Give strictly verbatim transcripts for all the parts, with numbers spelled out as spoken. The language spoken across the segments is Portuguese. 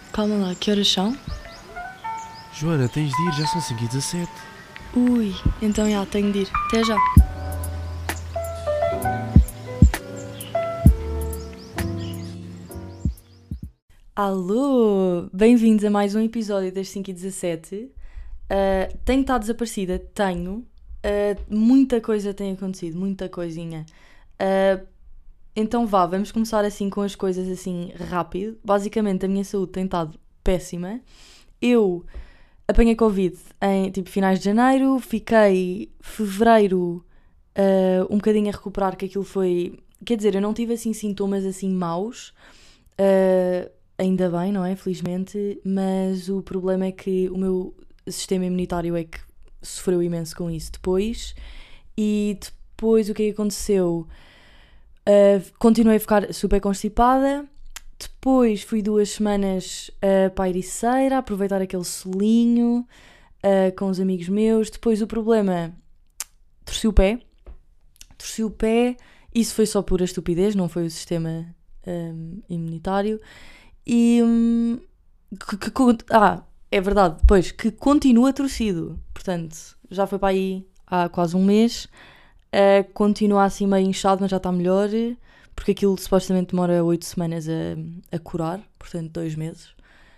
Calma lá, que horas são? Joana, tens de ir, já são cinco e dezassete. Ui, então já, tenho de ir. Até já. Alô! Bem-vindos a mais um episódio das cinco e dezassete. Uh, tenho estado desaparecida? Tenho. Uh, muita coisa tem acontecido, muita coisinha. Uh, então vá, vamos começar assim com as coisas assim rápido. Basicamente a minha saúde tem estado péssima. Eu apanhei Covid em tipo finais de janeiro, fiquei fevereiro uh, um bocadinho a recuperar, que aquilo foi... Quer dizer, eu não tive assim sintomas assim maus, uh, ainda bem, não é? Felizmente, mas o problema é que o meu sistema imunitário é que sofreu imenso com isso depois. E depois o que é que aconteceu? Uh, continuei a ficar super constipada. Depois fui duas semanas uh, para a Ericeira, aproveitar aquele solinho uh, com os amigos meus. Depois o problema, torci o pé. Torci o pé, isso foi só pura estupidez, não foi o sistema um, imunitário. E... Um, que, que, ah, é verdade, depois, que continua torcido. Portanto, já foi para aí há quase um mês. Uh, continua assim meio inchado, mas já está melhor. Porque aquilo supostamente demora oito semanas a, a curar. Portanto, dois meses.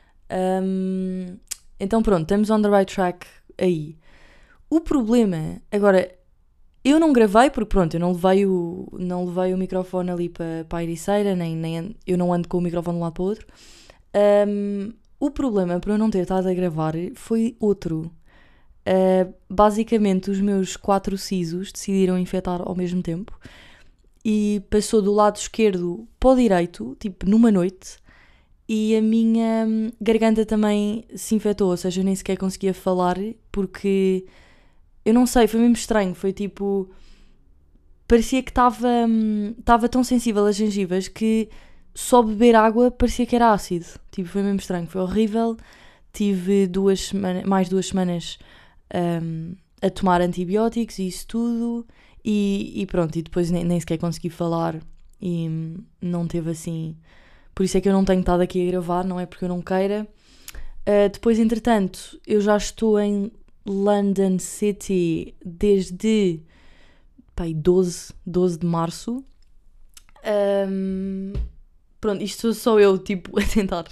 Um, então pronto, estamos on the right track aí. O problema... Agora, eu não gravei porque pronto, eu não levei o, não levei o microfone ali para, para a Ericeira. Nem, nem, eu não ando com o microfone de um lado para o outro. Um, o problema para eu não ter estado a gravar foi outro. Uh, basicamente, os meus quatro sisos decidiram infectar ao mesmo tempo e passou do lado esquerdo para o direito, tipo numa noite, e a minha hum, garganta também se infectou, ou seja, eu nem sequer conseguia falar porque eu não sei, foi mesmo estranho. Foi tipo, parecia que estava hum, estava tão sensível às gengivas que só beber água parecia que era ácido. Tipo, foi mesmo estranho, foi horrível. Tive duas semanas, mais duas semanas um, a tomar antibióticos e isso tudo. E, e pronto, e depois nem, nem sequer consegui falar e não teve assim... Por isso é que eu não tenho estado aqui a gravar, não é porque eu não queira. Uh, depois, entretanto, eu já estou em London City desde pai, doze, doze de março. Um, pronto, isto sou só eu, tipo, a tentar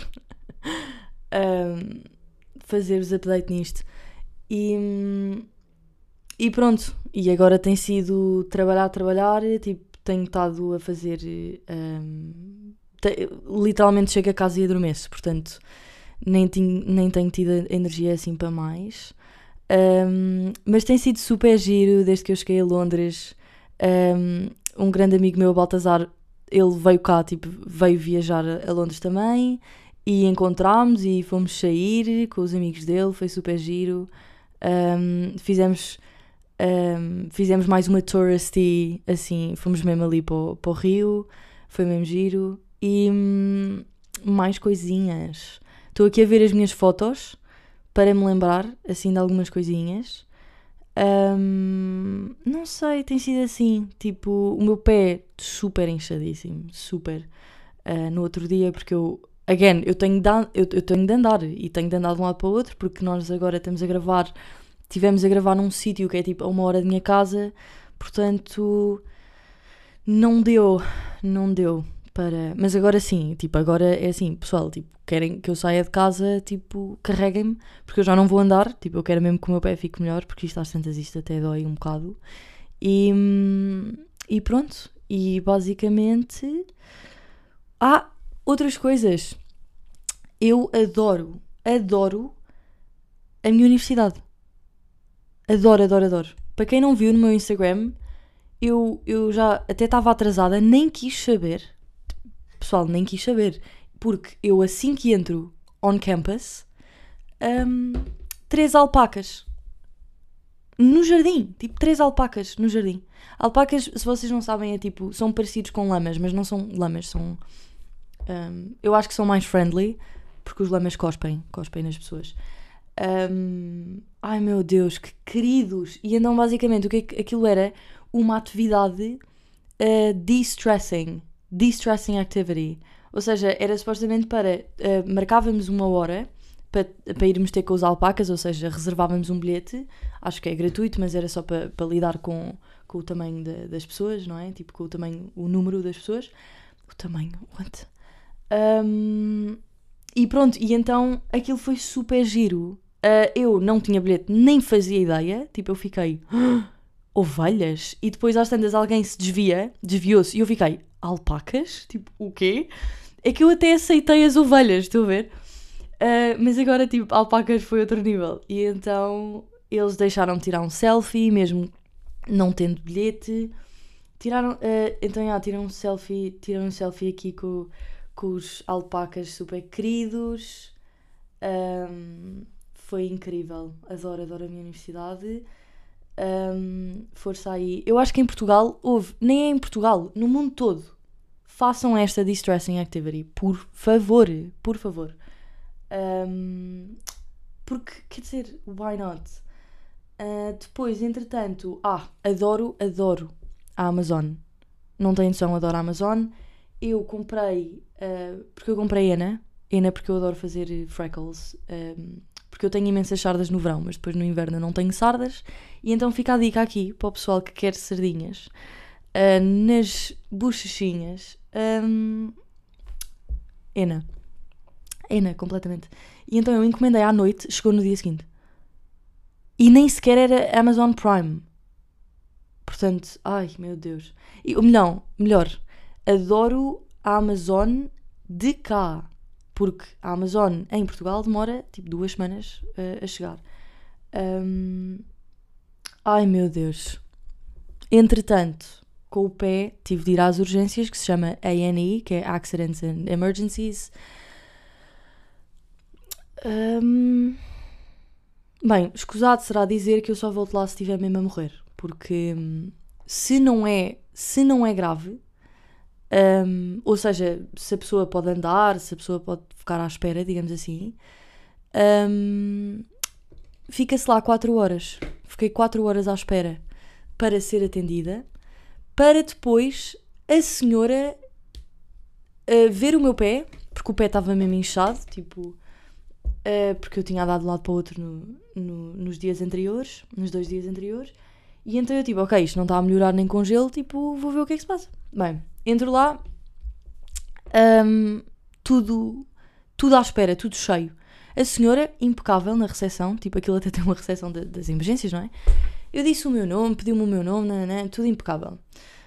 um, fazer os update nisto. E, e pronto, e agora tem sido trabalhar, trabalhar, tipo, tenho estado a fazer, um, te, literalmente chego a casa e adormeço, portanto, nem, tinha, nem tenho tido energia assim para mais. Um, mas tem sido super giro desde que eu cheguei a Londres. Um, um grande amigo meu, Baltazar, ele veio cá, tipo, veio viajar a Londres também e encontrámos e fomos sair com os amigos dele, foi super giro. Um, fizemos, um, fizemos mais uma touristy, assim, fomos mesmo ali para o, para o Rio, foi mesmo giro. E um, mais coisinhas. Estou aqui a ver as minhas fotos para me lembrar, assim, de algumas coisinhas. Um, não sei, tem sido assim, tipo, o meu pé super inchadíssimo, super, uh, no outro dia, porque eu, again, eu tenho, de, eu, eu tenho de andar, e tenho de andar de um lado para o outro, porque nós agora estamos a gravar, tivemos a gravar num sítio que é tipo a uma hora da minha casa, portanto, não deu, não deu para, mas agora sim, tipo, agora é assim, pessoal, tipo, querem que eu saia de casa, tipo, carreguem-me, porque eu já não vou andar, tipo, eu quero mesmo que o meu pé fique melhor, porque isto às tantas isto até dói um bocado. E, e pronto, e basicamente... Ah, outras coisas. Eu adoro, adoro a minha universidade. Adoro, adoro, adoro. Para quem não viu no meu Instagram, eu, eu já até estava atrasada, nem quis saber. Pessoal, nem quis saber. Porque eu, assim que entro on campus, um, três alpacas no jardim. Tipo, três alpacas no jardim. Alpacas, se vocês não sabem, é tipo, são parecidos com lamas, mas não são lamas, são... Um, eu acho que são mais friendly, porque os lamas cospem, cospem nas pessoas. Um, ai meu Deus, que queridos! E então, basicamente, o que, é que aquilo era? Uma atividade uh, de-stressing. De-stressing activity. Ou seja, era supostamente para... Uh, marcávamos uma hora para, para irmos ter com os alpacas, ou seja, reservávamos um bilhete, acho que é gratuito, mas era só para, para lidar com, com o tamanho de, das pessoas, não é? Tipo, com o tamanho, o número das pessoas. O tamanho, what? Um, e pronto, e então aquilo foi super giro. Uh, eu não tinha bilhete, nem fazia ideia. Tipo, eu fiquei... Ovelhas? E depois às tantas alguém se desvia, desviou-se, e eu fiquei... Alpacas? Tipo, o quê? É que eu até aceitei as ovelhas, estou a ver? Uh, mas agora, tipo, alpacas foi outro nível. E então eles deixaram-me tirar um selfie, mesmo não tendo bilhete. Tiraram, uh, então, já, tiram um selfie, tiram um selfie aqui com, com os alpacas super queridos. Um, foi incrível. Adoro, adoro a minha universidade. Um, força aí. Eu acho que em Portugal houve, nem é em Portugal, no mundo todo. Façam esta distressing activity, por favor, por favor. Um, porque, quer dizer, why not? Uh, depois, entretanto, ah, adoro, adoro a Amazon. Não tenho noção, adoro a Amazon. Eu comprei, uh, porque eu comprei Ena, Ena porque eu adoro fazer freckles, um, porque eu tenho imensas sardas no verão, mas depois no inverno eu não tenho sardas, e então fica a dica aqui para o pessoal que quer sardinhas uh, nas bochechinhas. Um, Ena. Ena, completamente. E então eu encomendei à noite, chegou no dia seguinte. E nem sequer era Amazon Prime. Portanto, ai meu Deus. E, não, melhor, adoro a Amazon de cá. Porque a Amazon em Portugal demora tipo duas semanas uh, a chegar. Um, ai meu Deus. Entretanto, com o pé, tive de ir às urgências, que se chama A and E, que é Accidents and Emergencies. Um, bem, escusado será dizer que eu só volto lá se estiver mesmo a morrer. Porque um, se não é, se não é grave, um, ou seja, se a pessoa pode andar, se a pessoa pode ficar à espera, digamos assim, um, fica-se lá quatro horas. Fiquei quatro horas à espera para ser atendida, para depois a senhora uh, ver o meu pé, porque o pé estava mesmo inchado, tipo, uh, porque eu tinha dado de um lado para o outro no, no, nos dias anteriores, nos dois dias anteriores, e então eu tipo, ok, isto não está a melhorar nem com gelo, tipo, vou ver o que é que se passa. Bem, entro lá, um, tudo, tudo à espera, tudo cheio. A senhora, impecável na recepção, tipo, aquilo até tem uma recepção de, das emergências, não é? Eu disse o meu nome, pediu-me o meu nome, não, não, tudo impecável.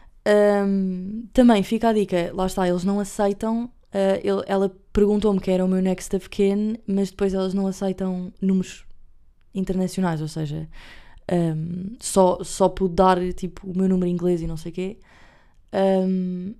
Um, também fica a dica, lá está, eles não aceitam, uh, ele, ela perguntou-me que era o meu next of kin, mas depois eles não aceitam números internacionais, ou seja, um, só, só pude dar tipo, o meu número em inglês e não sei o quê. Um,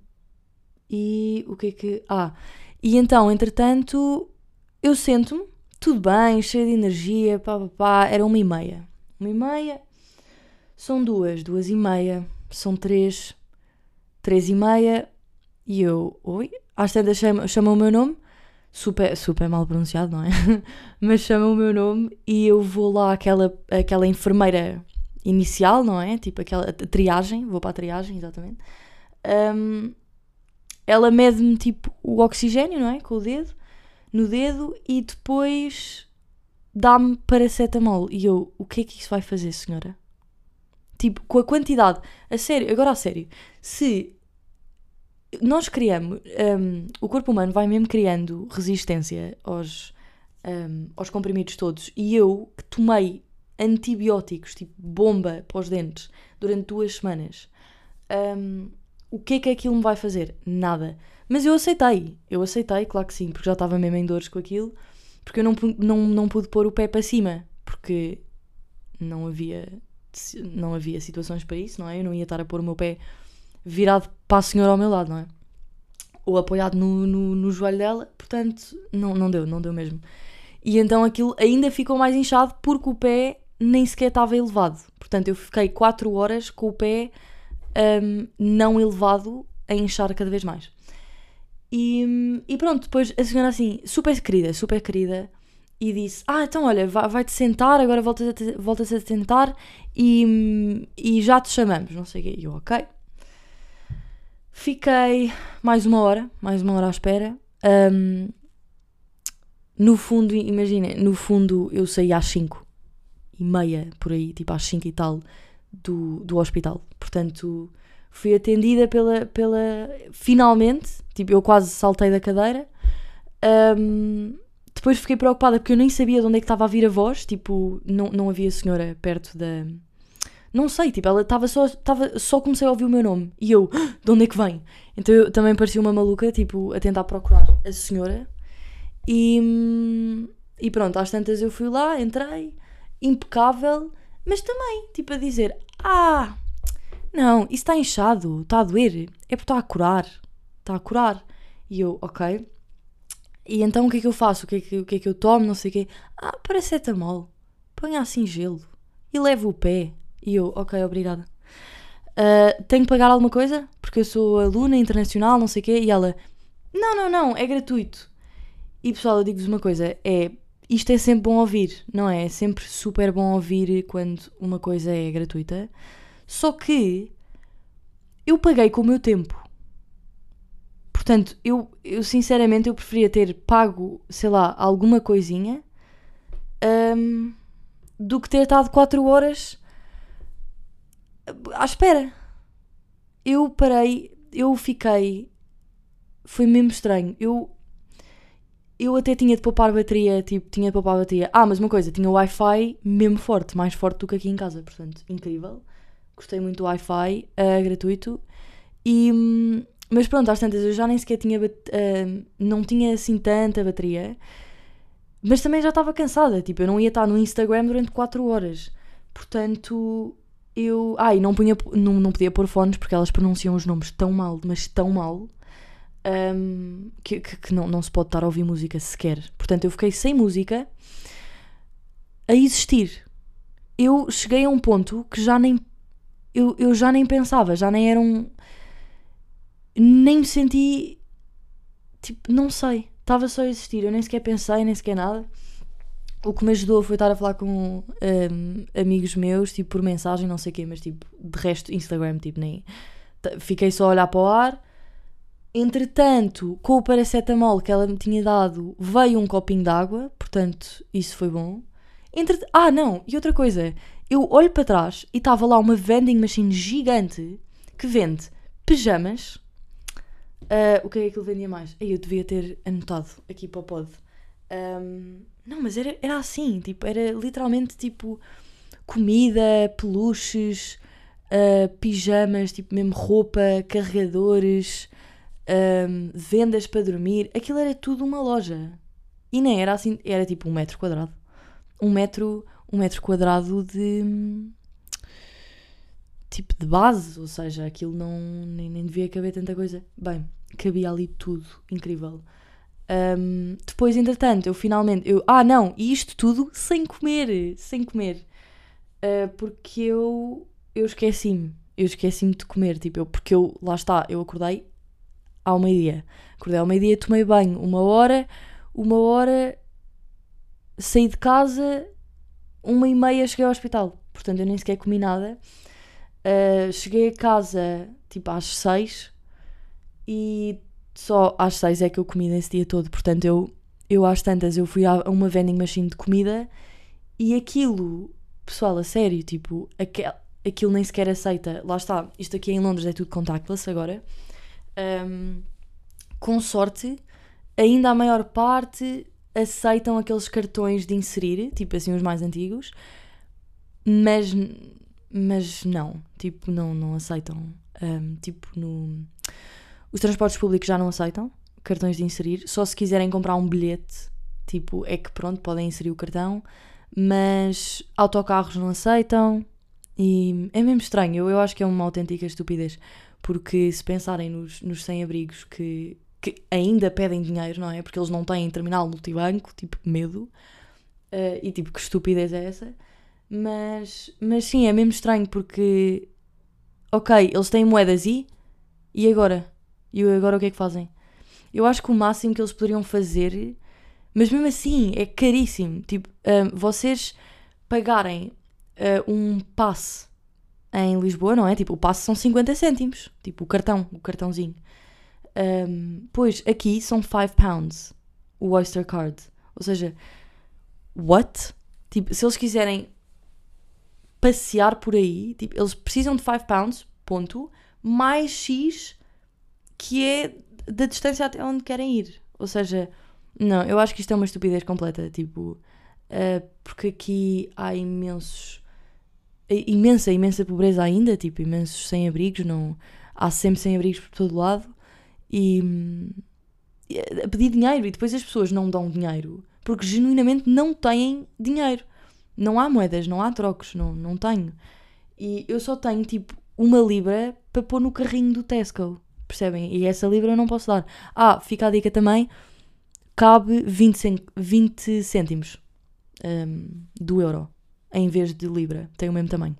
e o que é que... Ah, e então, entretanto, eu sento-me, tudo bem, cheio de energia, pá, pá, pá, era uma e meia. Uma e meia, são duas, duas e meia, são três, três e meia, e eu, oi, às tantas chama, chama o meu nome, super, super mal pronunciado, não é? Mas chama o meu nome e eu vou lá àquela, àquela enfermeira inicial, não é? Tipo aquela a triagem, vou para a triagem, exatamente. Um, ela mede-me tipo o oxigénio, não é? Com o dedo, no dedo, e depois dá-me paracetamol. E eu, o que é que isso vai fazer, senhora? Tipo, com a quantidade, a sério, agora a sério, se nós criamos, um, o corpo humano vai mesmo criando resistência aos, um, aos comprimidos todos, e eu que tomei antibióticos, tipo bomba para os dentes, durante duas semanas, um, o que é que aquilo me vai fazer? Nada. Mas eu aceitei, eu aceitei, claro que sim, porque já estava mesmo em dores com aquilo, porque eu não, não, não pude pôr o pé para cima, porque não havia, não havia situações para isso, não é? Eu não ia estar a pôr o meu pé virado para a senhora ao meu lado, não é? Ou apoiado no, no, no joelho dela, portanto, não, não deu, não deu mesmo. E então aquilo ainda ficou mais inchado porque o pé nem sequer estava elevado. Portanto, eu fiquei quatro horas com o pé um, não elevado a inchar cada vez mais. E, e pronto, depois a senhora assim, super querida, super querida, e disse, ah, então olha, vai, vai-te sentar, agora voltas a, te, voltas a sentar e, e já te chamamos, não sei o quê. E eu, ok. Fiquei mais uma hora, mais uma hora à espera. Um, no fundo, imagina, no fundo eu saí às cinco e meia, por aí, tipo às cinco e tal, do, do hospital. Portanto, fui atendida pela, pela... Finalmente, tipo, eu quase saltei da cadeira. Um, depois fiquei preocupada porque eu nem sabia de onde é que estava a vir a voz. Tipo, não, não havia senhora perto da... Não sei, tipo, ela estava só, tava, só comecei a ouvir o meu nome. E eu, de onde é que vem? Então eu também parecia uma maluca, tipo, a tentar procurar a senhora. E, e pronto, às tantas eu fui lá, entrei, impecável, mas também, tipo, a dizer, ah, não, isso está inchado, está a doer, é porque está a curar, está a curar. E eu, ok. E então o que é que eu faço? O que é que, o que, é que eu tomo? Não sei o quê. Ah, paracetamol, ponha assim gelo e levo o pé. E eu, ok, obrigada. Uh, tenho que pagar alguma coisa? Porque eu sou aluna internacional, não sei o quê. E ela, não, não, não, é gratuito. E pessoal, eu digo-vos uma coisa, é, isto é sempre bom ouvir, não é? É sempre super bom ouvir quando uma coisa é gratuita. Só que eu paguei com o meu tempo. Portanto, eu, eu sinceramente eu preferia ter pago, sei lá, alguma coisinha um, do que ter estado quatro horas à espera. Eu parei, eu fiquei, foi mesmo estranho. Eu, eu até tinha de poupar bateria, tipo, tinha de poupar bateria. Ah, mas uma coisa, tinha o Wi-Fi mesmo forte, mais forte do que aqui em casa, portanto, incrível. Gostei muito do Wi-Fi, uh, gratuito. E, mas pronto, às tantas eu já nem sequer tinha, uh, não tinha assim tanta bateria. Mas também já estava cansada, tipo, eu não ia estar no Instagram durante quatro horas. Portanto, eu... Ah, e não, punha, não, não podia pôr fones porque elas pronunciam os nomes tão mal, mas tão mal, um, que, que, que não, não se pode estar a ouvir música sequer. Portanto, eu fiquei sem música a existir. Eu cheguei a um ponto que já nem... Eu, eu já nem pensava, já nem era um... Nem me senti... Tipo, não sei. Estava só a existir, eu nem sequer pensei, nem sequer nada. O que me ajudou foi estar a falar com um, amigos meus, tipo, por mensagem, não sei o quê, mas tipo, de resto, Instagram, tipo, nem... Fiquei só a olhar para o ar. Entretanto, com o paracetamol que ela me tinha dado, veio um copinho de água, portanto, isso foi bom. Entre... Ah, não, e outra coisa, eu olho para trás e estava lá uma vending machine gigante que vende pijamas. Uh, o que é que aquilo vendia mais? Aí eu devia ter anotado aqui para o pod. Um, não, mas era, era assim, tipo, era literalmente tipo comida, peluches, uh, pijamas, tipo mesmo roupa, carregadores, um, vendas para dormir. Aquilo era tudo uma loja. E nem era assim, era tipo um metro quadrado. Um metro, um metro quadrado de... tipo de base, ou seja, aquilo não, nem, nem devia caber tanta coisa. Bem, cabia ali tudo, incrível. Um, depois, entretanto, eu finalmente, eu, ah não, e isto tudo sem comer, sem comer, uh, porque eu, eu esqueci-me, eu esqueci-me de comer, tipo, eu, porque eu, lá está, eu acordei ao meio-dia, acordei ao meio-dia, tomei banho uma hora, uma hora, saí de casa, uma e meia cheguei ao hospital, portanto eu nem sequer comi nada. Uh, cheguei a casa tipo às seis e só às seis é que eu comi nesse dia todo. Portanto, eu, eu às tantas eu fui a uma vending machine de comida e aquilo, pessoal, a sério, tipo, aquel, aquilo nem sequer aceita. Lá está, isto aqui em Londres é tudo contactless agora. Um, com sorte, ainda a maior parte aceitam aqueles cartões de inserir, tipo assim, os mais antigos, mas. Mas não, tipo, não, não aceitam. Um, tipo, no... Os transportes públicos já não aceitam cartões de inserir. Só se quiserem comprar um bilhete, tipo, é que pronto, podem inserir o cartão. Mas autocarros não aceitam. E é mesmo estranho. Eu, eu acho que é uma autêntica estupidez. Porque se pensarem nos, nos sem-abrigos que, que ainda pedem dinheiro, não é? Porque eles não têm terminal multibanco, tipo, medo. Uh, e tipo, que estupidez é essa? Mas, mas sim, é mesmo estranho porque, ok, eles têm moedas e, e agora? E agora o que é que fazem? Eu acho que o máximo que eles poderiam fazer, mas mesmo assim é caríssimo, tipo, um, vocês pagarem uh, um passe em Lisboa, não é? Tipo, o passe são cinquenta cêntimos. Tipo, o cartão, o cartãozinho. Um, pois, aqui são five pounds o Oyster Card. Ou seja, what? Tipo, se eles quiserem passear por aí, tipo, eles precisam de five pounds, ponto, mais X, que é da distância até onde querem ir. Ou seja, não, eu acho que isto é uma estupidez completa, tipo, uh, porque aqui há imensos, imensa, imensa pobreza ainda, tipo, imensos sem-abrigos, não, há sempre sem-abrigos por todo lado, e, e a pedir dinheiro, e depois as pessoas não dão dinheiro, porque genuinamente não têm dinheiro. Não há moedas, não há trocos, não, não tenho. E eu só tenho, tipo, uma libra para pôr no carrinho do Tesco, percebem? E essa libra eu não posso dar. Ah, fica a dica também, cabe vinte cêntimos um, do euro, em vez de libra. Tem o mesmo tamanho.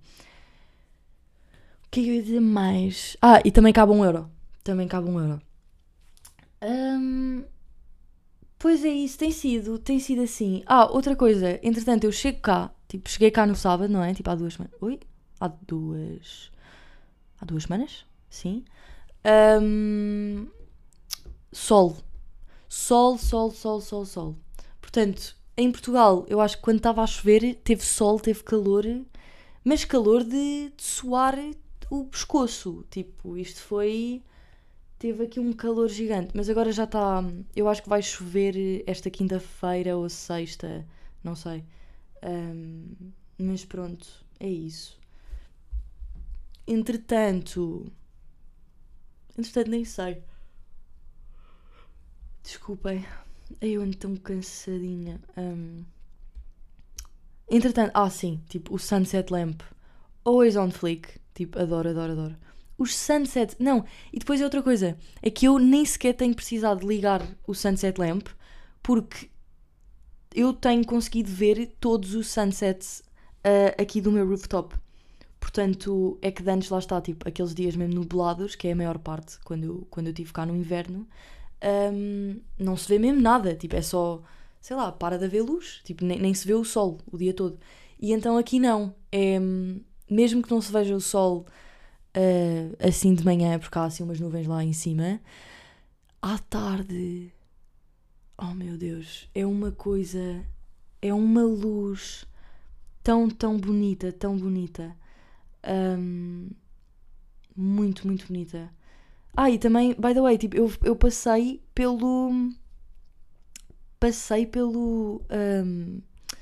O que é que eu ia dizer mais? Ah, e também cabe um euro. Também cabe um euro. Um, pois é isso, tem sido, tem sido assim. Ah, outra coisa, entretanto eu chego cá, tipo, cheguei cá no sábado, não é? Tipo, há duas semanas. Ui? Há duas... Há duas semanas? Sim. Um, sol. Sol, sol, sol, sol, sol. Portanto, em Portugal, eu acho que quando estava a chover, teve sol, teve calor, mas calor de, de suar o pescoço. Tipo, isto foi... Teve aqui um calor gigante, mas agora já está... Eu acho que vai chover esta quinta-feira ou sexta, não sei. Um, mas pronto, é isso. Entretanto... Entretanto, nem sei. Desculpem. Eu ando tão cansadinha. Um... Entretanto... Ah, sim. Tipo, o Sunset Lamp. Always on fleek. Tipo, adoro, adoro, adoro. Os Sunset... Não, e depois é outra coisa. É que eu nem sequer tenho precisado de ligar o Sunset Lamp porque eu tenho conseguido ver todos os sunsets uh, aqui do meu rooftop. Portanto, é que de antes lá está, tipo, aqueles dias mesmo nublados, que é a maior parte, quando eu, quando eu estive cá no inverno, um, não se vê mesmo nada. Tipo, é só, sei lá, para de haver luz. Tipo, nem, nem se vê o sol o dia todo. E então aqui não. É, mesmo que não se veja o sol... Uh, assim de manhã, porque há assim umas nuvens lá em cima, à tarde, oh meu Deus, é uma coisa, é uma luz tão, tão bonita, tão bonita, um, muito, muito bonita. Ah, e também, by the way, tipo, eu, eu passei pelo, passei pelo, um,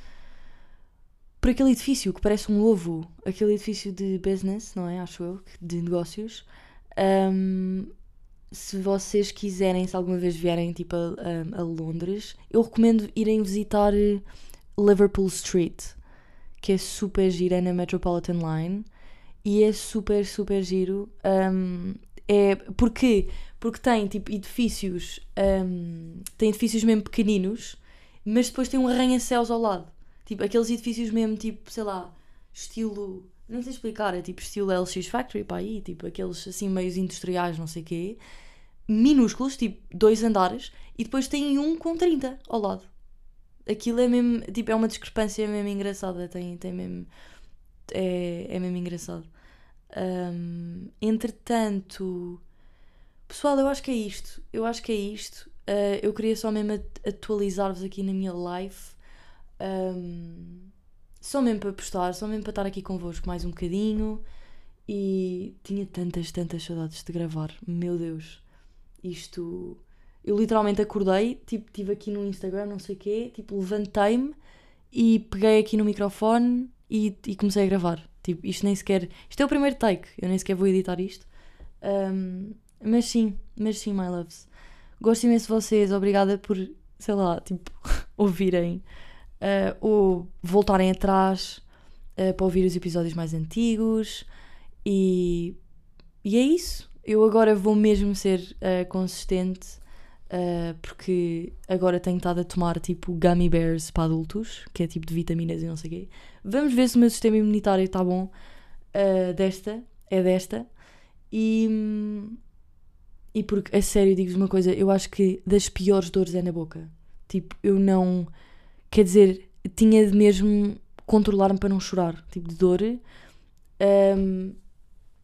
por aquele edifício que parece um ovo, aquele edifício de business, não é? Acho eu, de negócios. Um, se vocês quiserem, se alguma vez vierem tipo a, a, a Londres, eu recomendo irem visitar Liverpool Street, que é super gira, é na Metropolitan Line, e é super, super giro. Um, é, porquê? Porque tem tipo edifícios, um, tem edifícios mesmo pequeninos, mas depois tem um arranha-céus ao lado. Tipo, aqueles edifícios mesmo, tipo, sei lá, estilo... Não sei explicar, é tipo estilo L X Factory, pá, aí, tipo, aqueles assim meios industriais, não sei o quê. Minúsculos, tipo, dois andares, e depois tem um com trinta ao lado. Aquilo é mesmo, tipo, é uma discrepância mesmo engraçada, tem, tem mesmo... É, é mesmo engraçado. Um, entretanto... Pessoal, eu acho que é isto. Eu acho que é isto. Uh, eu queria só mesmo atualizar-vos aqui na minha live. Um, só mesmo para postar, só mesmo para estar aqui convosco mais um bocadinho. E tinha tantas, tantas saudades de gravar. Meu Deus. Isto... Eu literalmente acordei, tipo, estive aqui no Instagram, não sei o quê, tipo, levantei-me e peguei aqui no microfone e, e comecei a gravar. Tipo, isto nem sequer... Isto é o primeiro take, eu nem sequer vou editar isto. Um, mas sim, mas sim, my loves. Gosto imenso de vocês, obrigada por, sei lá, tipo, ouvirem... Uh, ou voltarem atrás uh, para ouvir os episódios mais antigos e, e é isso. Eu agora vou mesmo ser uh, consistente uh, porque agora tenho estado a tomar tipo gummy bears para adultos, que é tipo de vitaminas e não sei o quê. Vamos ver se o meu sistema imunitário está bom. Uh, desta, é desta. E, e porque, a sério, digo-vos uma coisa, eu acho que das piores dores é na boca. Tipo, eu não... Quer dizer, tinha de mesmo controlar-me para não chorar, tipo de dor. Um,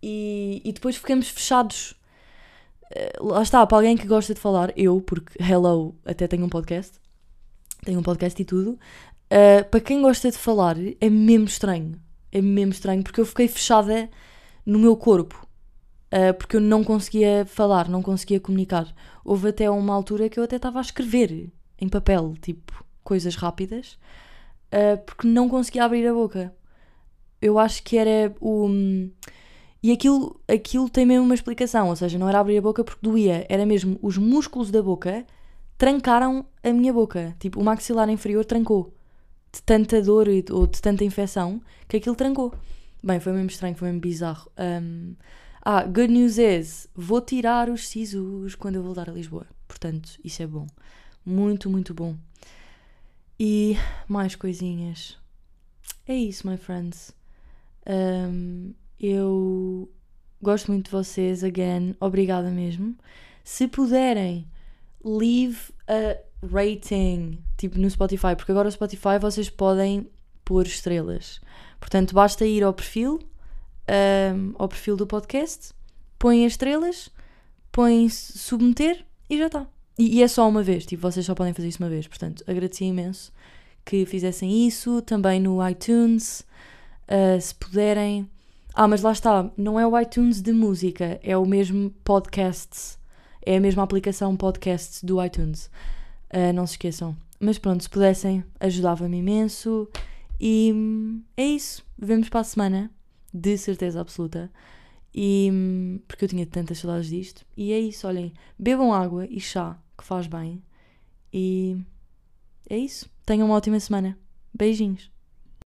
e, e depois ficamos fechados. Uh, lá está, para alguém que gosta de falar, eu, porque hello, até tenho um podcast, tenho um podcast e tudo, uh, para quem gosta de falar é mesmo estranho, é mesmo estranho, porque eu fiquei fechada no meu corpo, uh, porque eu não conseguia falar, não conseguia comunicar. Houve até uma altura que eu até estava a escrever em papel, tipo, coisas rápidas, uh, porque não conseguia abrir a boca. Eu acho que era o... E aquilo, aquilo tem mesmo uma explicação, ou seja, não era abrir a boca porque doía, era mesmo os músculos da boca trancaram a minha boca. Tipo, o maxilar inferior trancou. De tanta dor ou de tanta infecção que aquilo trancou. Bem, foi mesmo estranho, foi mesmo bizarro. Um... Ah, good news is, vou tirar os sisos quando eu voltar a Lisboa. Portanto, isso é bom. Muito, muito bom. E mais coisinhas. É isso, my friends. Um... Eu gosto muito de vocês, again, obrigada mesmo. Se puderem, leave a rating, tipo no Spotify, porque agora o Spotify vocês podem pôr estrelas. Portanto, basta ir ao perfil, um, ao perfil do podcast, põem as estrelas, põem submeter e já está. E, e é só uma vez, tipo, vocês só podem fazer isso uma vez. Portanto, agradecia imenso que fizessem isso, também no iTunes, uh, se puderem... Ah, mas lá está, não é o iTunes de música, é o mesmo podcast, é a mesma aplicação podcast do iTunes, uh, não se esqueçam. Mas pronto, se pudessem, ajudava-me imenso e é isso, vemos para a semana, de certeza absoluta, e, porque eu tinha tantas saudades disto, e é isso, olhem, bebam água e chá, que faz bem, e é isso, tenham uma ótima semana, beijinhos.